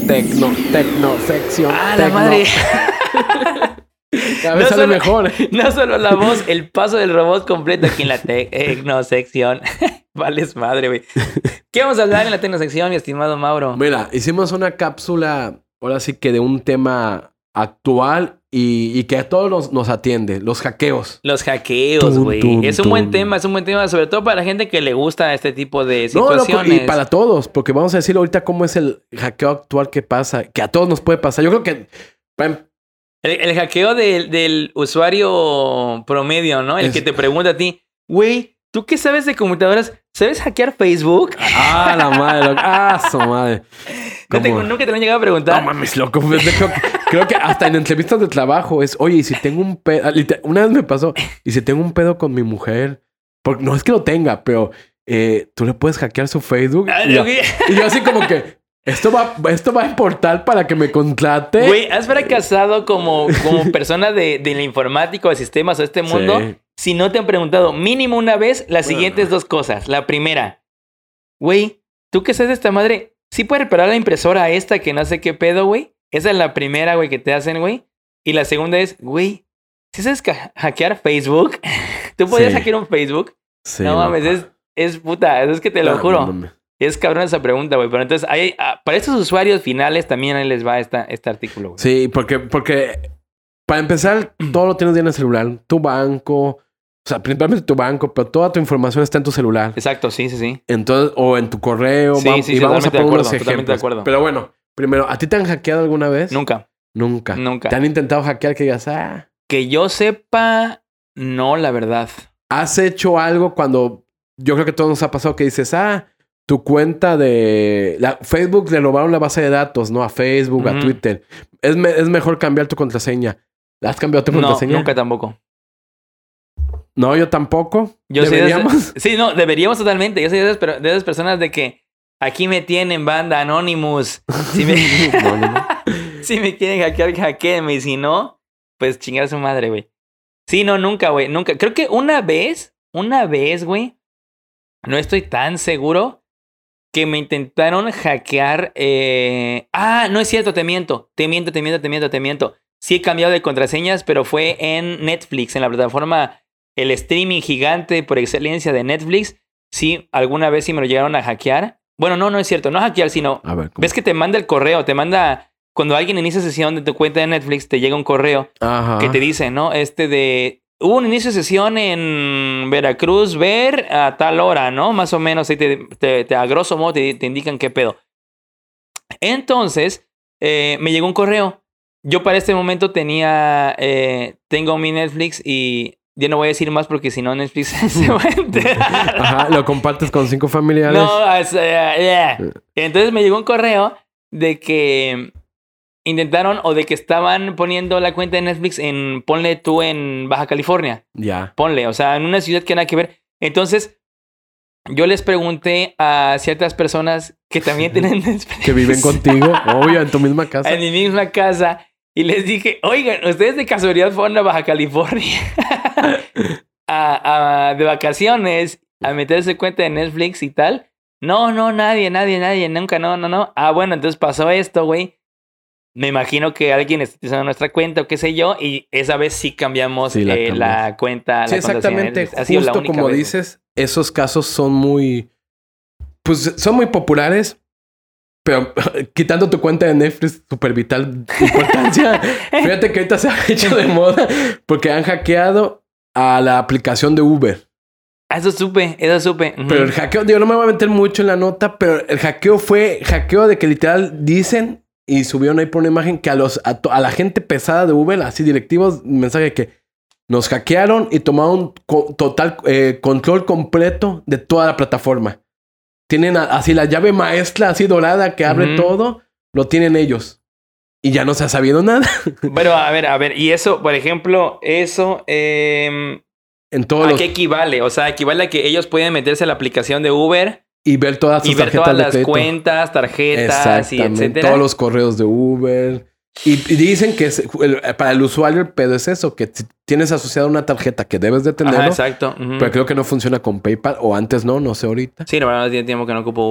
Tecnosección. ¡Ah, la madre! Cada vez sale mejor. No solo la voz, el paso del robot completo aquí en la tecnosección. Vales madre, güey. ¿Qué vamos a hablar en la tecnosección, mi estimado Mauro? Mira, hicimos una cápsula, ahora sí que de un tema actual y que a todos nos atiende, los hackeos. Los hackeos, güey. Es un buen tema, sobre todo para la gente que le gusta este tipo de situaciones. No, y para todos, porque vamos a decir ahorita cómo es el hackeo actual que pasa, que a todos nos puede pasar. Yo creo que... El hackeo del usuario promedio, ¿no? El que te pregunta a ti, güey, ¿tú qué sabes de computadoras? ¿Sabes hackear Facebook? Ah, la madre. Su madre. ¿Nunca te lo han llegado a preguntar? No mames, loco. Creo que hasta en entrevistas de trabajo es, oye, y si tengo un pedo... Una vez me pasó, y si tengo un pedo con mi mujer... Porque no es que lo tenga, pero tú le puedes hackear su Facebook. Y yo así como que... Esto va a importar para que me contrate. Güey, ¿has fracasado como persona de la informática o de sistemas o de este mundo? Sí. Si no te han preguntado mínimo una vez las siguientes dos cosas. La primera, güey, ¿tú qué sabes de esta madre? ¿Sí puedes reparar la impresora esta que no sé qué pedo, güey? Esa es la primera, güey, que te hacen, güey. Y la segunda es, güey, ¿sí sabes hackear Facebook? ¿Tú podías hackear un Facebook? Sí. No mames, es puta, es que te lo juro. No. Es cabrón esa pregunta, güey. Pero entonces, para estos usuarios finales también ahí les va este artículo, güey. Sí, porque para empezar, todo lo tienes ya en el celular. Tu banco, o sea, principalmente tu banco, pero toda tu información está en tu celular. Exacto, sí. Entonces, o en tu correo. Sí, vamos a poner unos ejemplos. Totalmente de acuerdo. Pero bueno, primero, ¿a ti te han hackeado alguna vez? Nunca. ¿Te han intentado hackear que digas, Que yo sepa, no, la verdad. ¿Has hecho algo cuando... Yo creo que a todos nos ha pasado que dices, tu cuenta de... Facebook le robaron la base de datos, ¿no? A Facebook, a Twitter. Es mejor cambiar tu contraseña. ¿Has cambiado tu contraseña? No, nunca tampoco. No, yo tampoco. ¿Deberíamos? Deberíamos totalmente. Yo soy de esas personas de que aquí me tienen, banda Anonymous. Si me quieren hackear, hackeenme. Y si no, pues chingar a su madre, güey. Sí, no, nunca, güey. Nunca. Creo que una vez, güey. No estoy tan seguro... que me intentaron hackear... no es cierto, te miento. Sí he cambiado de contraseñas, pero fue en Netflix, en la plataforma, el streaming gigante por excelencia de Netflix. Sí, alguna vez sí me lo llegaron a hackear. Bueno, no es cierto. No hackear, sino... ves que te manda el correo, cuando alguien inicia sesión de tu cuenta de Netflix, te llega un correo que te dice, ¿no? Hubo un inicio de sesión en Veracruz, ver a tal hora, ¿no? Más o menos, ahí a grosso modo te indican qué pedo. Entonces, me llegó un correo. Yo para este momento tengo mi Netflix y ya no voy a decir más porque si no Netflix se va a enterar. Lo compartes con 5 familiares. No, Entonces me llegó un correo de que... intentaron o de que estaban poniendo la cuenta de Netflix ponle tú en Baja California. Ya. Ponle, o sea, en una ciudad que nada que ver. Entonces, yo les pregunté a ciertas personas que también tienen Netflix. Que viven contigo, obvio, en tu misma casa. En mi misma casa. Y les dije, oigan, ¿ustedes de casualidad fueron a Baja California de vacaciones a meterse cuenta de Netflix y tal? No, nadie, nunca, no. Bueno, entonces pasó esto, güey. Me imagino que alguien está utilizando nuestra cuenta o qué sé yo. Y esa vez sí cambiamos la cuenta. Sí, exactamente. Justo como dices, esos casos son muy... Pues son muy populares. Pero quitando tu cuenta de Netflix, súper vital importancia. Fíjate que ahorita se ha hecho de moda. Porque han hackeado a la aplicación de Uber. Eso supe. Pero el hackeo... Digo, no me voy a meter mucho en la nota. Pero el hackeo fue... Hackeo de que literal dicen... Y subieron ahí por una imagen que a la gente pesada de Uber, así directivos, mensaje que nos hackearon y tomaron total control completo de toda la plataforma. Tienen así la llave maestra, así dorada, que abre todo, lo tienen ellos. Y ya no se ha sabido nada. Pero a ver, y eso, por ejemplo, eso... ¿a qué equivale? O sea, equivale a que ellos pueden meterse a la aplicación de Uber... Y ver todas sus tarjetas todas de las cuentas, tarjetas y etcétera. Todos los correos de Uber. Y dicen que para el usuario el pedo es eso, que tienes asociada una tarjeta que debes de tenerlo. Ajá, exacto. Pero creo que no funciona con PayPal. O antes no sé ahorita. Sí, la verdad tiene tiempo que no ocupo Uber.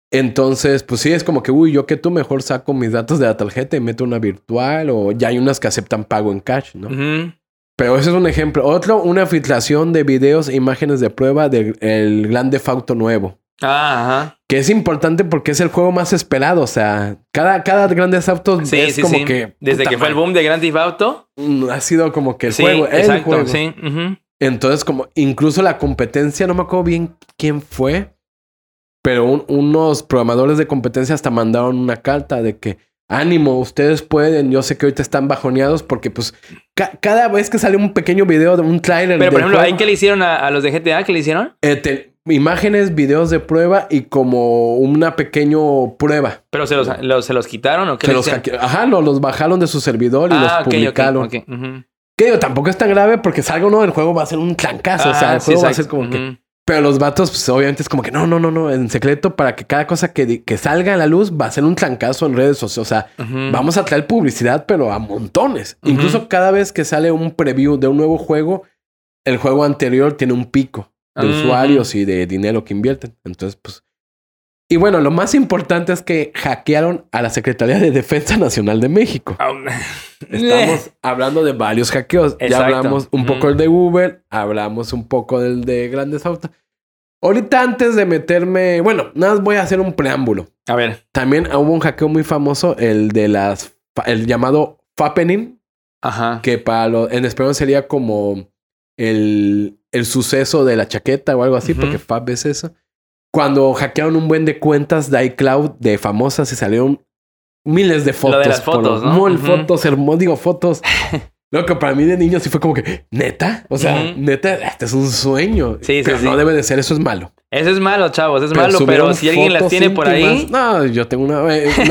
Entonces, pues sí, es como que, uy, yo que tú mejor saco mis datos de la tarjeta y meto una virtual, o ya hay unas que aceptan pago en cash, ¿no? Pero ese es un ejemplo. Otro, una filtración de videos e imágenes de prueba del Grand Theft Auto nuevo. Ajá. Que es importante porque es el juego más esperado. O sea, cada Grand Theft Auto es como que... Desde que fue el boom de Grand Theft Auto. Ha sido como que el juego. Exacto, el juego. Sí. Entonces, como incluso la competencia, no me acuerdo bien quién fue, pero unos programadores de competencia hasta mandaron una carta de que ánimo, ustedes pueden. Yo sé que ahorita están bajoneados porque pues cada vez que sale un pequeño video de un tráiler. Pero por ejemplo, ¿ahí qué le hicieron a los de GTA? ¿Qué le hicieron? Imágenes, videos de prueba y como una pequeño prueba. ¿Pero se los quitaron o qué? Los bajaron de su servidor y los publicaron. Okay. Que digo, tampoco es tan grave porque salga uno del juego va a ser un clancazo. O sea, el juego va a ser como que... Pero los vatos, pues obviamente es como que no, en secreto, para que cada cosa que salga a la luz va a ser un trancazo en redes sociales. O sea, vamos a traer publicidad, pero a montones. Incluso cada vez que sale un preview de un nuevo juego, el juego anterior tiene un pico de usuarios y de dinero que invierten. Entonces, pues... Y bueno, lo más importante es que hackearon a la Secretaría de Defensa Nacional de México. Estamos hablando de varios hackeos. Exacto. Ya hablamos un poco del de Uber, hablamos un poco del de Grand Theft Auto. Ahorita antes de meterme... Bueno, nada más voy a hacer un preámbulo. A ver. También hubo un hackeo muy famoso, el llamado Fappening. Ajá. Que en español sería como el suceso de la chaqueta o algo así, porque Fap es eso. Cuando hackearon un buen de cuentas de iCloud de famosas y salieron miles de fotos. Lo de las fotos, ¿no? Fotos hermosas. Digo, fotos. Lo que para mí de niño sí fue como que, ¿neta? O sea, neta, este es un sueño. Sí, pero no debe de ser, eso es malo. Eso es malo, chavos, es malo. Pero si alguien las tiene por ahí... No, yo tengo una... no.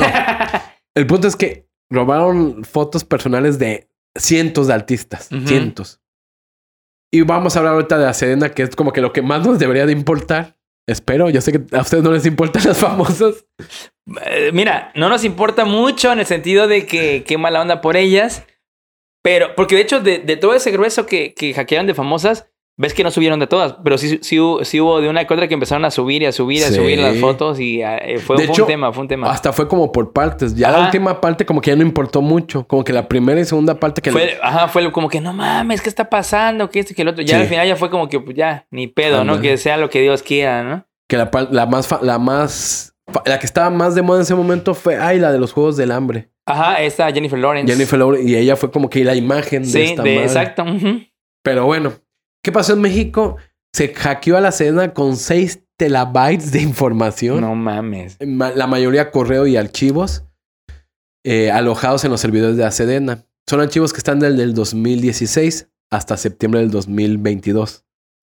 El punto es que robaron fotos personales de cientos de artistas. Cientos. Y vamos a hablar ahorita de la Sedena, que es como que lo que más nos debería de importar. Espero, yo sé que a ustedes no les importan las famosas. Mira, no nos importa mucho en el sentido de que qué mala onda por ellas. Pero, porque de hecho, de todo ese grueso que hackearon de famosas, ves que no subieron de todas. Pero sí hubo de una que otra que empezaron a subir las fotos. Y fue un tema. Hasta fue como por partes. Ya la última parte como que ya no importó mucho. Como que la primera y segunda parte que... Fue como que no mames, ¿qué está pasando? ¿Qué esto y que el otro? Ya al final ya fue como que pues ya, ni pedo, ¿no? Que sea lo que Dios quiera, ¿no? Que la que estaba más de moda en ese momento fue... la de los Juegos del Hambre. Ajá, esta Jennifer Lawrence. Y ella fue como que la imagen de esta madre. Exacto. Pero bueno, ¿qué pasó en México? Se hackeó a la Sedena con 6 terabytes de información. No mames. La mayoría correo y archivos alojados en los servidores de la Sedena. Son archivos que están desde el 2016 hasta septiembre del 2022.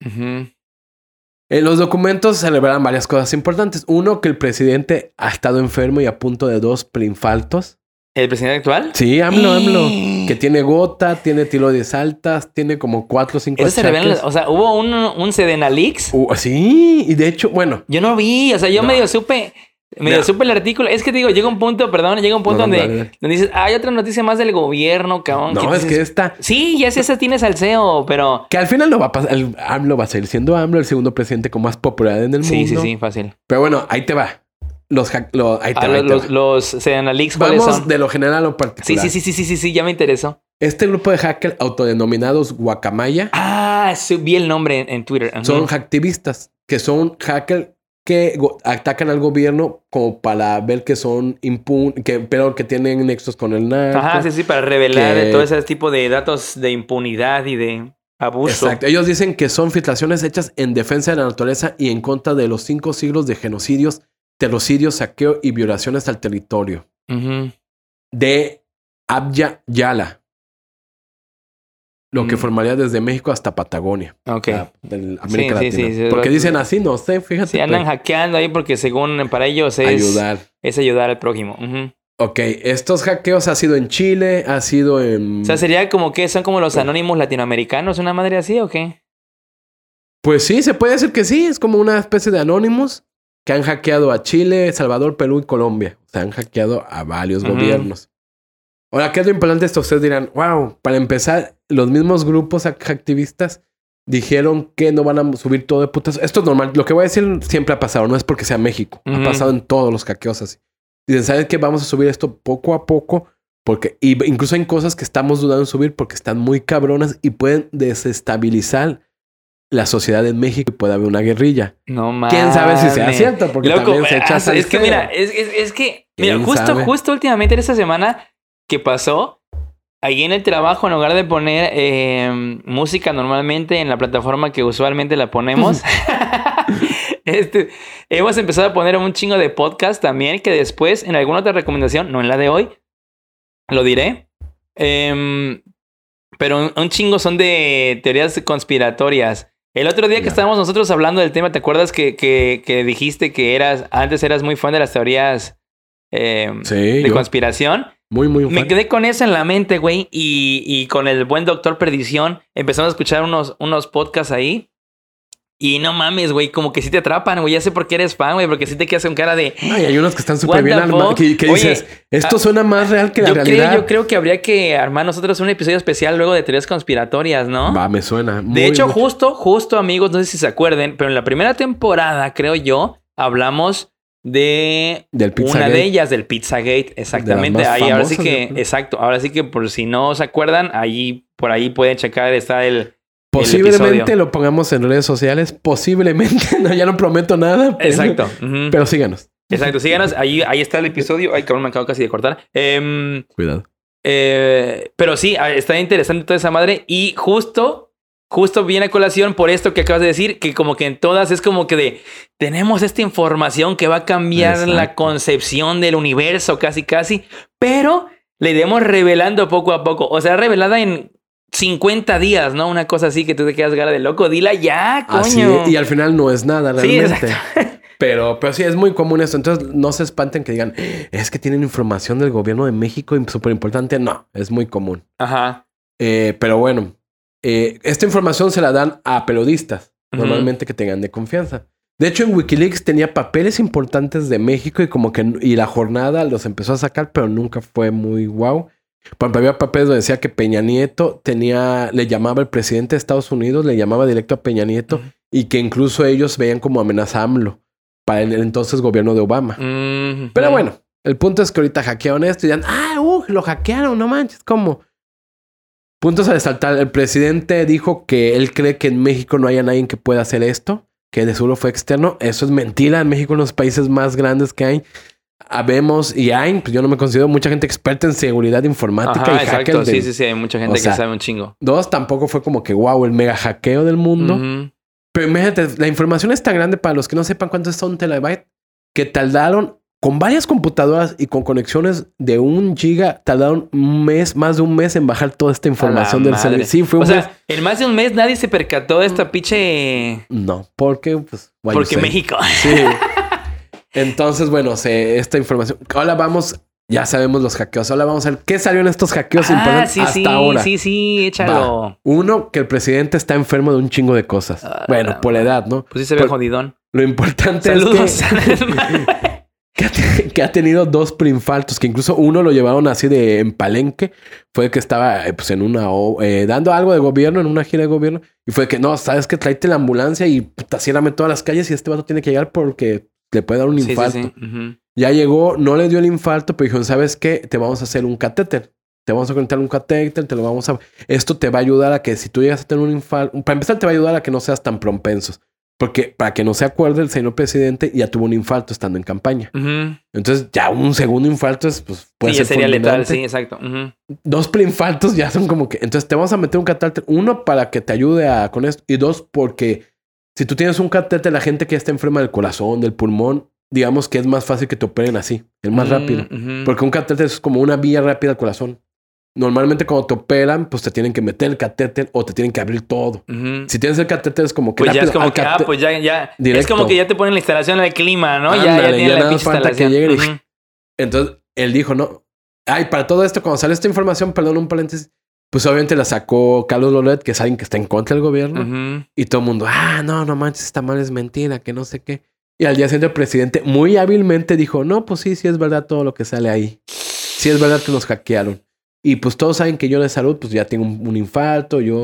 En los documentos se revelaron varias cosas importantes. Uno, que el presidente ha estado enfermo y a punto de 2 preinfartos. ¿El presidente actual? Sí, AMLO. Que tiene gota, tiene tiroides altas, tiene como 4 o 5 achaques. Eso se revela, o sea, ¿hubo un Sedena Leaks? Sí, y de hecho, bueno. Yo no vi, o sea, yo medio supe el artículo. Es que te digo, llega un punto donde dices, hay otra noticia más del gobierno, cabrón. No, es que esta... Sí, ya esa tiene salseo, pero... Que al final no va a pasar. AMLO va a seguir siendo AMLO, el segundo presidente con más popularidad en el mundo. Sí, fácil. Pero bueno, ahí te va. Los Sedena Leaks, ¿cuáles vamos son? de lo general a lo particular. Sí, ya me interesó. Este grupo de hackers autodenominados Guacamaya. Vi el nombre en Twitter. Son hacktivistas, que son hackers que atacan al gobierno como para ver que son pero que tienen nexos con el narco. Sí, para revelar todo ese tipo de datos de impunidad y de abuso. Exacto. Ellos dicen que son filtraciones hechas en defensa de la naturaleza y en contra de los 5 siglos de genocidios, terrocidios, saqueo y violaciones al territorio de Abya Yala. Lo que formaría desde México hasta Patagonia. Ok. De América Latina. Sí, porque dicen así, no sé, fíjate. Sí, andan hackeando ahí porque según para ellos es ayudar al prójimo. Ok, estos hackeos ha sido en Chile, ha sido en... O sea, sería como que son como los anónimos latinoamericanos, ¿una madre así o qué? Pues sí, se puede decir que sí. Es como una especie de anónimos que han hackeado a Chile, Salvador, Perú y Colombia. O sea, han hackeado a varios gobiernos. Ahora, ¿qué es lo importante de esto? Ustedes dirán, wow, para empezar, los mismos grupos activistas dijeron que no van a subir todo de putas. Esto es normal. Lo que voy a decir siempre ha pasado. No es porque sea México. Ha pasado en todos los hackeos así. Dicen, ¿saben qué? Vamos a subir esto poco a poco. Porque incluso hay cosas que estamos dudando en subir porque están muy cabronas y pueden desestabilizar la sociedad en México y puede haber una guerrilla. No mames. ¿Quién sabe si sea cierto? Porque loco, también se echa es que mira, es que mira, justo últimamente en esta semana que pasó, ahí en el trabajo, en lugar de poner música normalmente en la plataforma que usualmente la ponemos, hemos empezado a poner un chingo de podcast también, que después, en alguna otra recomendación, no en la de hoy, lo diré. Pero un chingo son de teorías conspiratorias. El otro día que estábamos nosotros hablando del tema, ¿te acuerdas que dijiste que antes eras muy fan de las teorías de conspiración? Muy fan. Me quedé con eso en la mente, güey. Y con el buen Doctor Perdición empezamos a escuchar unos podcasts ahí. Y no mames, güey, como que sí te atrapan, güey. Ya sé por qué eres fan, güey, porque sí te quedas con cara de... Ay, hay unos que están súper bien armados. Que dices, esto suena más real que la realidad. Yo creo que habría que armar nosotros un episodio especial luego de teorías conspiratorias, ¿no? Va, me suena. De hecho, justo, amigos, no sé si se acuerden, pero en la primera temporada, creo yo, hablamos de una de ellas, del Pizzagate. Exactamente. Ahí, ahora sí que... Exacto. Ahora sí que por si no se acuerdan, por ahí pueden checar, está posiblemente lo pongamos en redes sociales. Posiblemente. No, ya no prometo nada. Pero, exacto. Pero síganos. Exacto. Síganos. Ahí está el episodio. Ay, cabrón, me acabo casi de cortar. Cuidado. Pero sí, está interesante toda esa madre. Y justo viene a colación por esto que acabas de decir. Que como que en todas es como que tenemos esta información que va a cambiar la concepción del universo casi. Pero la iremos revelando poco a poco. O sea, revelada en 50 días, ¿no? Una cosa así que tú te quedas cara de loco. Dila ya, coño. Así, y al final no es nada realmente. Sí, exacto. Pero sí, es muy común esto. Entonces, no se espanten que digan, es que tienen información del gobierno de México súper importante. No, es muy común. Ajá. Pero bueno, esta información se la dan a periodistas, normalmente que tengan de confianza. De hecho, en Wikileaks tenía papeles importantes de México y la jornada los empezó a sacar, pero nunca fue muy guau. Por ejemplo, había papeles donde decía que Peña Nieto le llamaba al presidente de Estados Unidos, le llamaba directo a Peña Nieto y que incluso ellos veían como amenaza a AMLO para el entonces gobierno de Obama. Pero bueno, el punto es que ahorita hackearon esto y dirán, lo hackearon, no manches, ¿cómo? Puntos a resaltar. El presidente dijo que él cree que en México no haya nadie que pueda hacer esto, que de seguro fue externo. Eso es mentira. En México, en los países más grandes que hay, habemos y hay, pues yo no me considero mucha gente experta en seguridad informática. Ajá, y exacto, sí, hay mucha gente que sabe un chingo. Tampoco fue como que wow, el mega hackeo del mundo. Pero imagínate, la información es tan grande para los que no sepan cuántos son terabytes, que tardaron con varias computadoras y con conexiones de 1 giga, tardaron más de un mes en bajar toda esta información del servidor. Sí, fue un mes. En más de un mes nadie se percató de esta pinche... No, porque porque México. Sí. Entonces, bueno, esta información. Ahora ya sabemos los hackeos. Ahora vamos a ver qué salió en estos hackeos importantes hasta ahora. Sí, échalo. Uno, que el presidente está enfermo de un chingo de cosas. Bueno, por la edad, ¿no? Pues sí se ve jodidón. Lo importante es que ha tenido 2 preinfartos, que incluso uno lo llevaron así en Palenque. Fue que estaba en dando algo de gobierno, en una gira de gobierno. Y fue que, no, ¿sabes qué? Tráete la ambulancia y ciérrame todas las calles y este vato tiene que llegar porque... le puede dar un infarto. Sí. Ya llegó, no le dio el infarto, pero dijeron, ¿sabes qué? Te vamos a hacer un catéter. Te vamos a conectar un catéter, esto te va a ayudar a que si tú llegas a tener un infarto... Para empezar, te va a ayudar a que no seas tan propensos. Porque para que no se acuerde, el señor presidente ya tuvo un infarto estando en campaña. Entonces, ya un segundo infarto puede ser sería letal, sí, exacto. 2 preinfartos ya son como que... Entonces, te vamos a meter un catéter. 1, para que te ayude con esto. Y 2, porque... Si tú tienes un catéter, la gente que está enferma del corazón, del pulmón, digamos que es más fácil que te operen así. Es más rápido. Porque un catéter es como una vía rápida al corazón. Normalmente cuando te operan, pues te tienen que meter el catéter o te tienen que abrir todo. Si tienes el catéter es como que... Pues rápido, ya es como que, pues ya... Directo. Es como que ya te ponen la instalación en el clima, ¿no? Ya tienen la instalación. Que llegue Entonces, él dijo, no. Para todo esto, cuando sale esta información, perdón, un paréntesis, pues obviamente la sacó Carlos Loret, que es alguien que está en contra del gobierno. Y todo el mundo, no manches, esta mal es mentira, que no sé qué. Y al día siguiente el presidente muy hábilmente dijo, no, pues sí es verdad todo lo que sale ahí. Sí es verdad que nos hackearon. Y pues todos saben que yo de salud, pues ya tengo un infarto, yo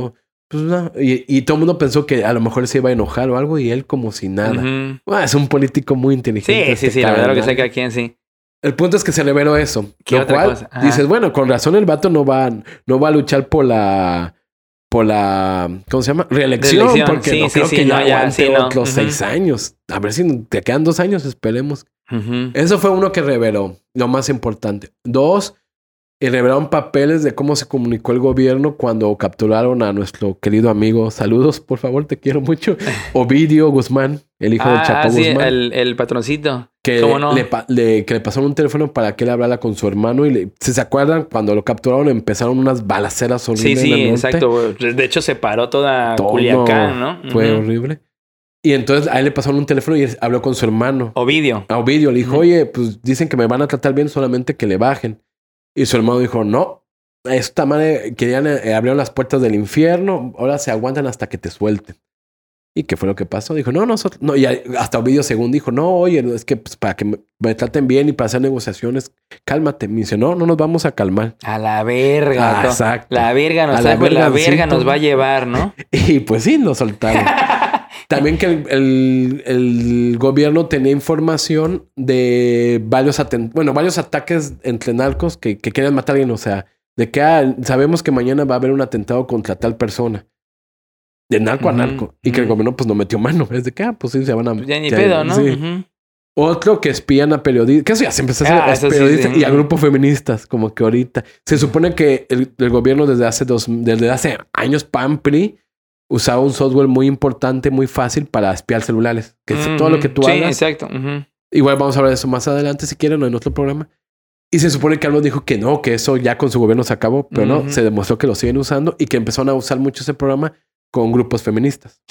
Pues no. Y todo el mundo pensó que a lo mejor se iba a enojar o algo y él como si nada. Es un político muy inteligente. Sí, la verdad lo que sé cada quien, sí. El punto es que se reveló eso. ¿Qué lo otra cual cosa? Dices, bueno, con razón el vato no va a luchar por la ¿cómo se llama? Reelección. Porque no creo que ya aguante otros 6 años. A ver si te quedan 2 años, esperemos. Eso fue uno que reveló, lo más importante. 2, revelaron papeles de cómo se comunicó el gobierno cuando capturaron a nuestro querido amigo. Saludos, por favor, te quiero mucho. Ovidio Guzmán, el hijo del Chapo Guzmán. El patroncito. Que ¿Cómo no? le pasaron un teléfono para que él hablara con su hermano. Y si se acuerdan, cuando lo capturaron empezaron unas balaceras horribles. Sí, exacto. De hecho, se paró toda Culiacán, ¿no? Fue horrible. Y entonces a él le pasaron un teléfono y habló con su hermano. Ovidio. A Ovidio le dijo, oye, pues dicen que me van a tratar bien, solamente que le bajen. Y su hermano dijo, no, esta madre querían, abrieron las puertas del infierno, ahora se aguantan hasta que te suelten. ¿Y qué fue lo que pasó? Dijo, no, nosotros, no, y hasta Ovidio segundo dijo, no, oye, es que pues, para que me traten bien y para hacer negociaciones, cálmate. Me dice, no nos vamos a calmar. A la verga. Exacto. La verga nos va a llevar, ¿no? Y pues sí, nos soltaron. También que el gobierno tenía información de varios ataques entre narcos que querían matar a alguien. O sea, de que sabemos que mañana va a haber un atentado contra tal persona. De narco a narco. Y que el gobierno pues no metió mano. Es de que, pues sí, se van a... Ya ni pedo, ¿no? Sí. Otro que espían a periodistas. Que eso ya se empezó a hacer periodistas y a grupos feministas. Como que ahorita. Se supone que el gobierno desde hace años, PAN-PRI, usaba un software muy importante, muy fácil para espiar celulares. Que todo lo que tú hagas. Sí, exacto. Igual vamos a hablar de eso más adelante si quieren o en otro programa. Y se supone que Carlos dijo que no, que eso ya con su gobierno se acabó. Pero no, se demostró que lo siguen usando y que empezaron a usar mucho ese programa con grupos feministas.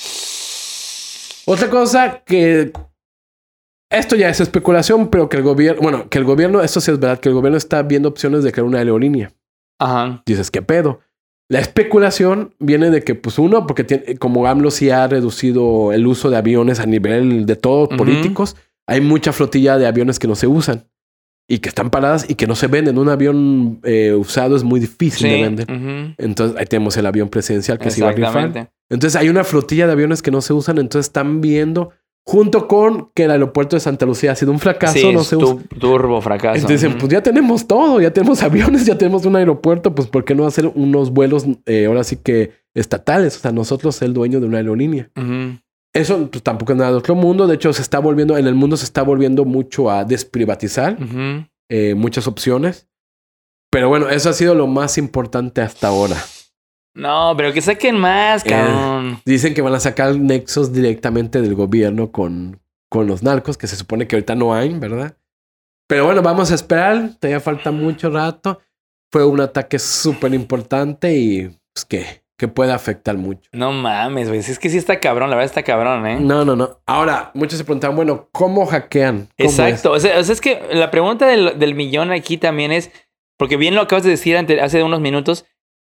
Otra cosa que... Esto ya es especulación, pero que el gobierno, esto sí es verdad, que el gobierno está viendo opciones de crear una aerolínea. Ajá. Dices, ¿qué pedo? La especulación viene de que, pues uno, porque como AMLO sí ha reducido el uso de aviones a nivel de todos políticos, hay mucha flotilla de aviones que no se usan y que están paradas y que no se venden. Un avión usado es muy difícil de vender. Entonces ahí tenemos el avión presidencial que se iba a rifar. Entonces hay una flotilla de aviones que no se usan, entonces están viendo, junto con que el aeropuerto de Santa Lucía ha sido un fracaso, no se usa. Turbo fracaso. Entonces dicen, pues ya tenemos todo, ya tenemos aviones, ya tenemos un aeropuerto, pues ¿por qué no hacer unos vuelos ahora sí que estatales? O sea, nosotros ser el dueño de una aerolínea. Eso pues tampoco es nada de otro mundo. De hecho, en el mundo se está volviendo mucho a desprivatizar muchas opciones. Pero bueno, eso ha sido lo más importante hasta ahora. No, pero que saquen más, cabrón. Dicen que van a sacar nexos directamente del gobierno con los narcos, que se supone que ahorita no hay, ¿verdad? Pero bueno, vamos a esperar. Todavía falta mucho rato. Fue un ataque súper importante y pues que puede afectar mucho. No mames, güey. Es que sí está cabrón. La verdad está cabrón, ¿eh? No. Ahora, muchos se preguntaban, bueno, ¿cómo hackean? Exacto. O sea, es que la pregunta del millón aquí también es... Porque bien lo acabas de decir hace unos minutos.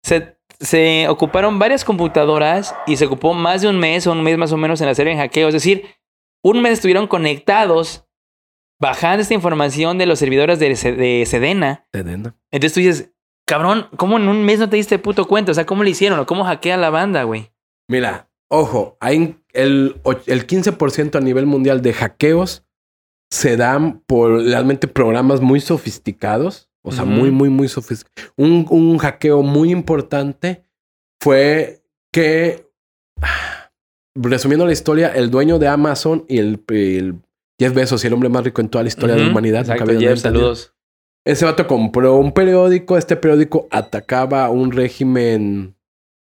Se ocuparon varias computadoras y se ocupó más de un mes más o menos en hacer el hackeo. Es decir, un mes estuvieron conectados bajando esta información de los servidores de Sedena. Entonces tú dices, cabrón, ¿cómo en un mes no te diste puto cuenta? O sea, ¿cómo le hicieron? ¿O cómo hackea la banda, güey? Mira, ojo, hay el 15% a nivel mundial de hackeos se dan por realmente programas muy sofisticados. O sea, muy sofisticado. Un hackeo muy importante fue que, resumiendo la historia, el dueño de Amazon y el Jeff Bezos, y el hombre más rico en toda la historia de la humanidad. Exacto, Jeff, saludos. Ese vato compró un periódico. Este periódico atacaba un régimen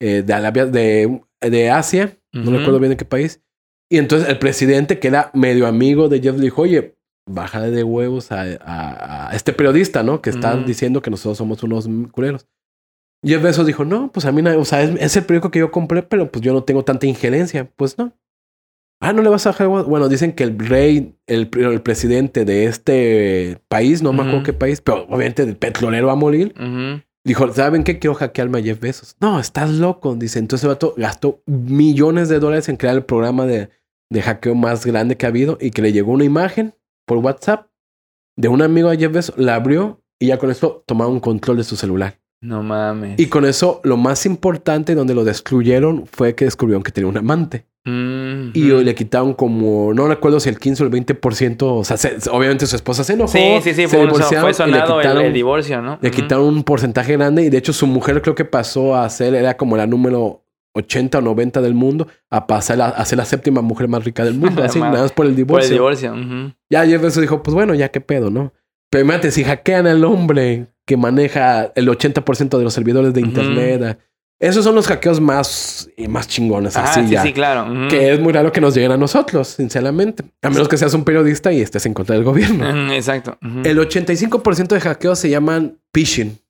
de Asia. No recuerdo bien de qué país. Y entonces el presidente, que era medio amigo de Jeff, le dijo, oye, bájale de huevos a este periodista, ¿no? Que está diciendo que nosotros somos unos culeros. Jeff Bezos dijo, no, pues a mí no, o sea, es el periódico que yo compré, pero pues yo no tengo tanta injerencia. Pues no. ¿No le vas a bajar? Bueno, dicen que el rey, el presidente de este país, no me acuerdo qué país, pero obviamente el petrolero va a morir. Dijo, ¿saben qué? Quiero hackearme a Jeff Bezos. No, estás loco. Dice, entonces el vato gastó millones de dólares en crear el programa de hackeo más grande que ha habido y que le llegó una imagen por WhatsApp de un amigo de Jeff Bezos, la abrió y ya con eso tomaba un control de su celular. No mames. Y con eso, lo más importante donde lo destruyeron fue que descubrieron que tenía un amante. Y le quitaron como, no recuerdo si el 15 o el 20%. O sea, obviamente su esposa se enojó. Sí. Se divorciaron Fue sonado quitaron, el divorcio, ¿no? Le quitaron un porcentaje grande. Y de hecho, su mujer creo que pasó a ser, era como la número 80 o 90 del mundo, a pasar a ser la séptima mujer más rica del mundo. Así, nada más por el divorcio. Por el divorcio. Ya Jeff Bezos dijo, pues bueno, ya qué pedo, ¿no? Pero imagínate, si hackean al hombre que maneja el 80% de los servidores de internet. Esos son los hackeos más chingones. Así ya. Sí, claro. Que es muy raro que nos lleguen a nosotros, sinceramente. A menos que seas un periodista y estés en contra del gobierno. Exacto. El 85% de hackeos se llaman phishing.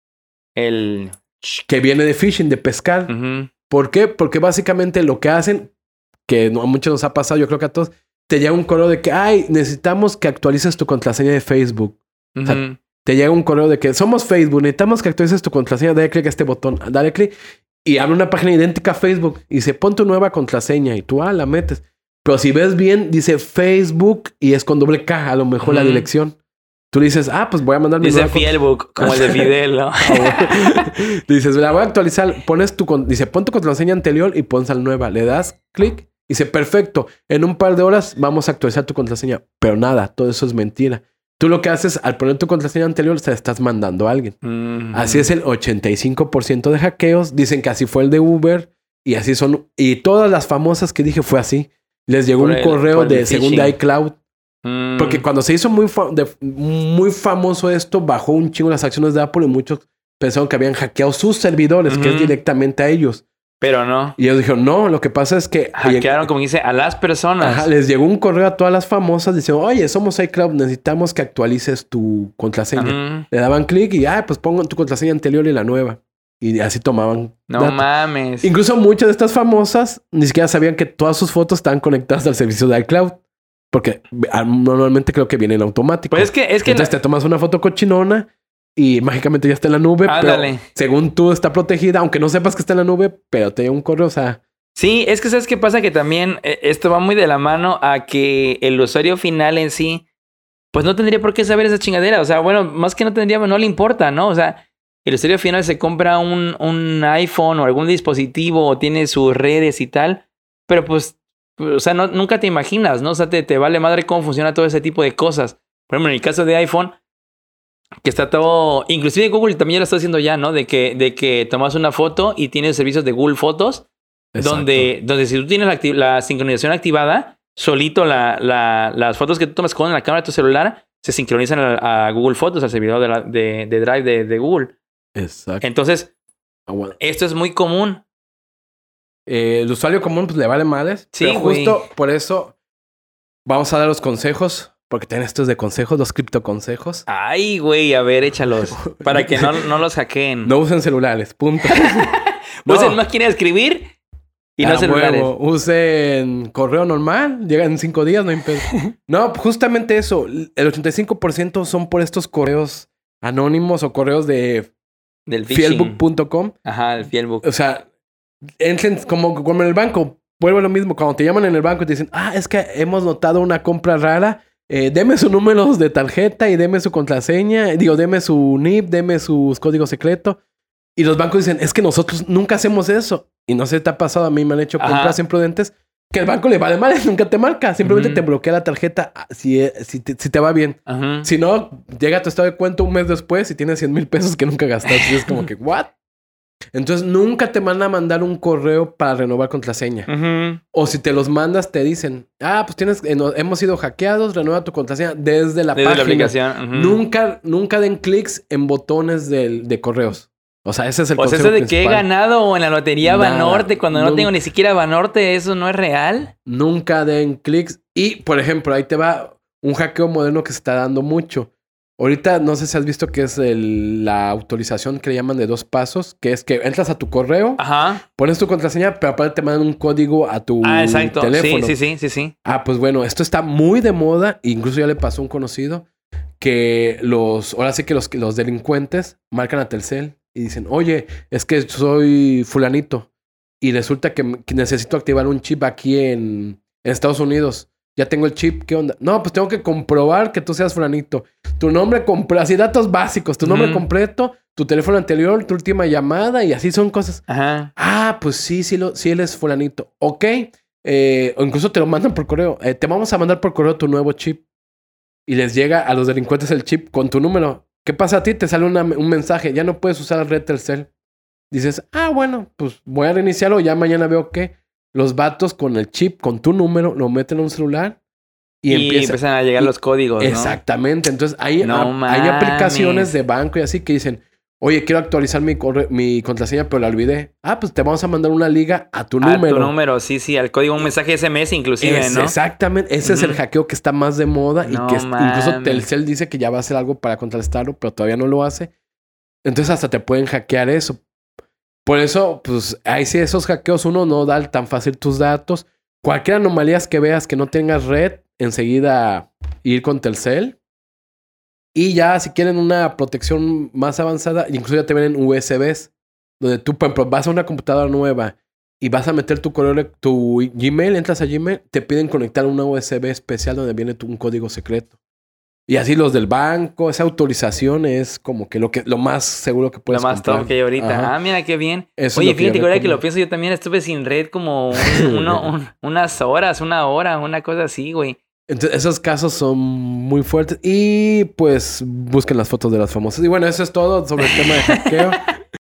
Que viene de phishing, de pescar. ¿Por qué? Porque básicamente lo que hacen, que a muchos nos ha pasado, yo creo que a todos, te llega un correo de que, necesitamos que actualices tu contraseña de Facebook. O sea, te llega un correo de que somos Facebook, necesitamos que actualices tu contraseña, dale clic a este botón, dale clic y abre una página idéntica a Facebook y dice, pon tu nueva contraseña y tú, la metes. Pero si ves bien, dice Facebook y es con doble K, a lo mejor la dirección. Tú dices, pues voy a mandar mi nueva... Dice Fielbook, como el de Fidel, ¿no? Dices, la voy a actualizar, dice, pon tu contraseña anterior y pon sal nueva. Le das clic y dice, perfecto, en un par de horas vamos a actualizar tu contraseña. Pero nada, todo eso es mentira. Tú lo que haces al poner tu contraseña anterior, se la estás mandando a alguien. Así es el 85% de hackeos. Dicen que así fue el de Uber. Y así son. Y todas las famosas que dije fue así. Les llegó un correo según de iCloud. Porque cuando se hizo muy famoso esto, bajó un chingo las acciones de Apple y muchos pensaron que habían hackeado sus servidores, que es directamente a ellos. Pero no. Y ellos dijeron, no, lo que pasa es que... Hackearon, como dice, a las personas. Les llegó un correo a todas las famosas diciendo, oye, somos iCloud, necesitamos que actualices tu contraseña. Le daban clic y, pues pongo tu contraseña anterior y la nueva. Y así tomaban data. Mames. Incluso muchas de estas famosas ni siquiera sabían que todas sus fotos estaban conectadas al servicio de iCloud. Porque normalmente creo que viene en automático. Pues es que entonces te tomas una foto cochinona y mágicamente ya está en la nube. Pero según tú está protegida, aunque no sepas que está en la nube, pero te llega un correo, o sea... Sí, es que ¿sabes qué pasa? Que también esto va muy de la mano a que el usuario final en sí, pues no tendría por qué saber esa chingadera. O sea, bueno, más que no tendría, no le importa, ¿no? O sea, el usuario final se compra un iPhone o algún dispositivo o tiene sus redes y tal, pero pues, o sea, nunca te imaginas, ¿no? O sea, te vale madre cómo funciona todo ese tipo de cosas. Por ejemplo, en el caso de iPhone, que está todo... Inclusive Google también lo está haciendo ya, ¿no? De que tomas una foto y tienes servicios de Google Fotos, donde si tú tienes la sincronización activada, solito las fotos que tú tomas con la cámara de tu celular se sincronizan a Google Fotos, al servidor de Drive de Google. Exacto. Entonces, esto es muy común. El usuario común pues le vale madres. Sí, pero justo por eso vamos a dar los consejos. Porque tienen estos de consejos, los criptoconsejos. Ay, güey, a ver, échalos. Para que no los hackeen. No usen celulares, punto. Usen máquina de escribir y no celulares. Usen correo normal, llegan en 5 días, no hay pedo. No, justamente eso. El 85% son por estos correos anónimos o correos de fielbook.com. Ajá, el Fielbook. O sea, entren como en el banco. Vuelve lo mismo. Cuando te llaman en el banco y te dicen, es que hemos notado una compra rara. Deme sus números de tarjeta y deme su contraseña. Deme su NIP, deme sus códigos secretos. Y los bancos dicen, es que nosotros nunca hacemos eso. Y no sé, te ha pasado, a mí me han hecho compras imprudentes que el banco le vale mal, nunca te marca. Simplemente te bloquea la tarjeta si te va bien. Si no, llega tu estado de cuenta un mes después y tienes 100,000 pesos que nunca gastaste. Y es como que, ¿what? Entonces, nunca te van a mandar un correo para renovar contraseña. O si te los mandas, te dicen, pues hemos sido hackeados, renueva tu contraseña desde la página. La aplicación. Nunca den clics en botones de correos. O sea, ese es el consejo eso de principal. que he ganado en la lotería Banorte cuando no tengo ni siquiera Banorte, ¿eso no es real? Nunca den clics. Y, por ejemplo, ahí te va un hackeo moderno que se está dando mucho. Ahorita no sé si has visto que es la autorización que le llaman de 2 pasos, que es que entras a tu correo, pones tu contraseña, pero aparte te mandan un código a tu teléfono. Sí. Pues bueno, esto está muy de moda, incluso ya le pasó a un conocido, que ahora sí que los delincuentes marcan a Telcel y dicen, oye, es que soy fulanito y resulta que necesito activar un chip aquí en Estados Unidos. Ya tengo el chip, ¿qué onda? No, pues tengo que comprobar que tú seas fulanito. Tu nombre completo, así datos básicos, tu nombre completo, tu teléfono anterior, tu última llamada y así son cosas. Ajá. Ah, pues sí, él es fulanito. Ok. O incluso te lo mandan por correo. Te vamos a mandar por correo tu nuevo chip. Y les llega a los delincuentes el chip con tu número. ¿Qué pasa a ti? Te sale un mensaje. Ya no puedes usar la red Telcel. Dices, bueno, pues voy a reiniciarlo. Ya mañana veo que los vatos con el chip, con tu número, lo meten en un celular. Y empiezan a llegar los códigos, ¿no? Exactamente. Entonces, hay aplicaciones de banco y así que dicen, oye, quiero actualizar mi contraseña, pero la olvidé. Pues te vamos a mandar una liga a tu número. A tu número, sí. Al código, un mensaje SMS inclusive, ¿no? Exactamente. Ese es el hackeo que está más de moda. Y que incluso Telcel dice que ya va a hacer algo para contrarrestarlo, pero todavía no lo hace. Entonces, hasta te pueden hackear eso. Por eso, pues, ahí sí esos hackeos uno no da tan fácil tus datos. Cualquier anomalía que veas que no tengas red, enseguida ir con Telcel. Y ya si quieren una protección más avanzada, incluso ya te vienen USBs, donde tú, por ejemplo, vas a una computadora nueva y vas a meter tu correo, tu Gmail, entras a Gmail, te piden conectar una USB especial donde viene un código secreto. Y así los del banco, esa autorización es como que lo más seguro que puedes comprar. Lo más top que hay ahorita. Ajá. Mira qué bien. Eso oye, fíjate que ahora que lo pienso, yo también estuve sin red como unas horas, una hora, una cosa así, güey. Entonces, esos casos son muy fuertes. Y pues busquen las fotos de las famosas. Y bueno, eso es todo sobre el tema de hackeo.